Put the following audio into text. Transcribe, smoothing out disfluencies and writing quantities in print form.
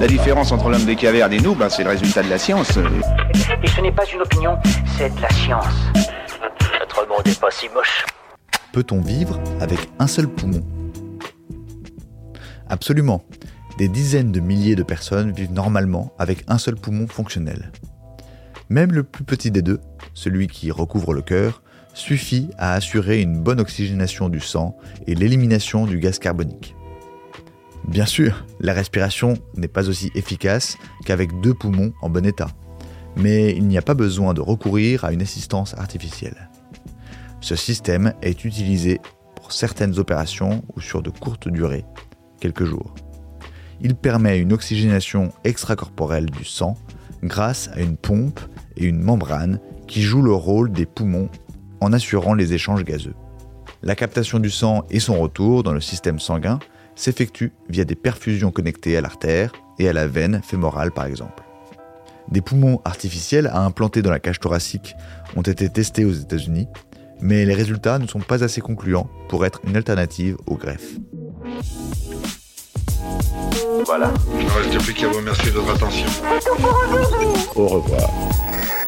La différence entre l'homme des cavernes et nous, c'est le résultat de la science. Et ce n'est pas une opinion, c'est de la science. Notre monde n'est pas si moche. Peut-on vivre avec un seul poumon ? Absolument. Des dizaines de milliers de personnes vivent normalement avec un seul poumon fonctionnel. Même le plus petit des deux, celui qui recouvre le cœur, suffit à assurer une bonne oxygénation du sang et l'élimination du gaz carbonique. Bien sûr, la respiration n'est pas aussi efficace qu'avec 2 poumons en bon état, mais il n'y a pas besoin de recourir à une assistance artificielle. Ce système est utilisé pour certaines opérations ou sur de courtes durées, quelques jours. Il permet une oxygénation extracorporelle du sang grâce à une pompe et une membrane qui jouent le rôle des poumons en assurant les échanges gazeux. La captation du sang et son retour dans le système sanguin s'effectuent via des perfusions connectées à l'artère et à la veine fémorale par exemple. Des poumons artificiels à implanter dans la cage thoracique ont été testés aux États-Unis, mais les résultats ne sont pas assez concluants pour être une alternative aux greffes. Voilà. Il ne reste plus qu'à vous remercier de votre attention. Au revoir.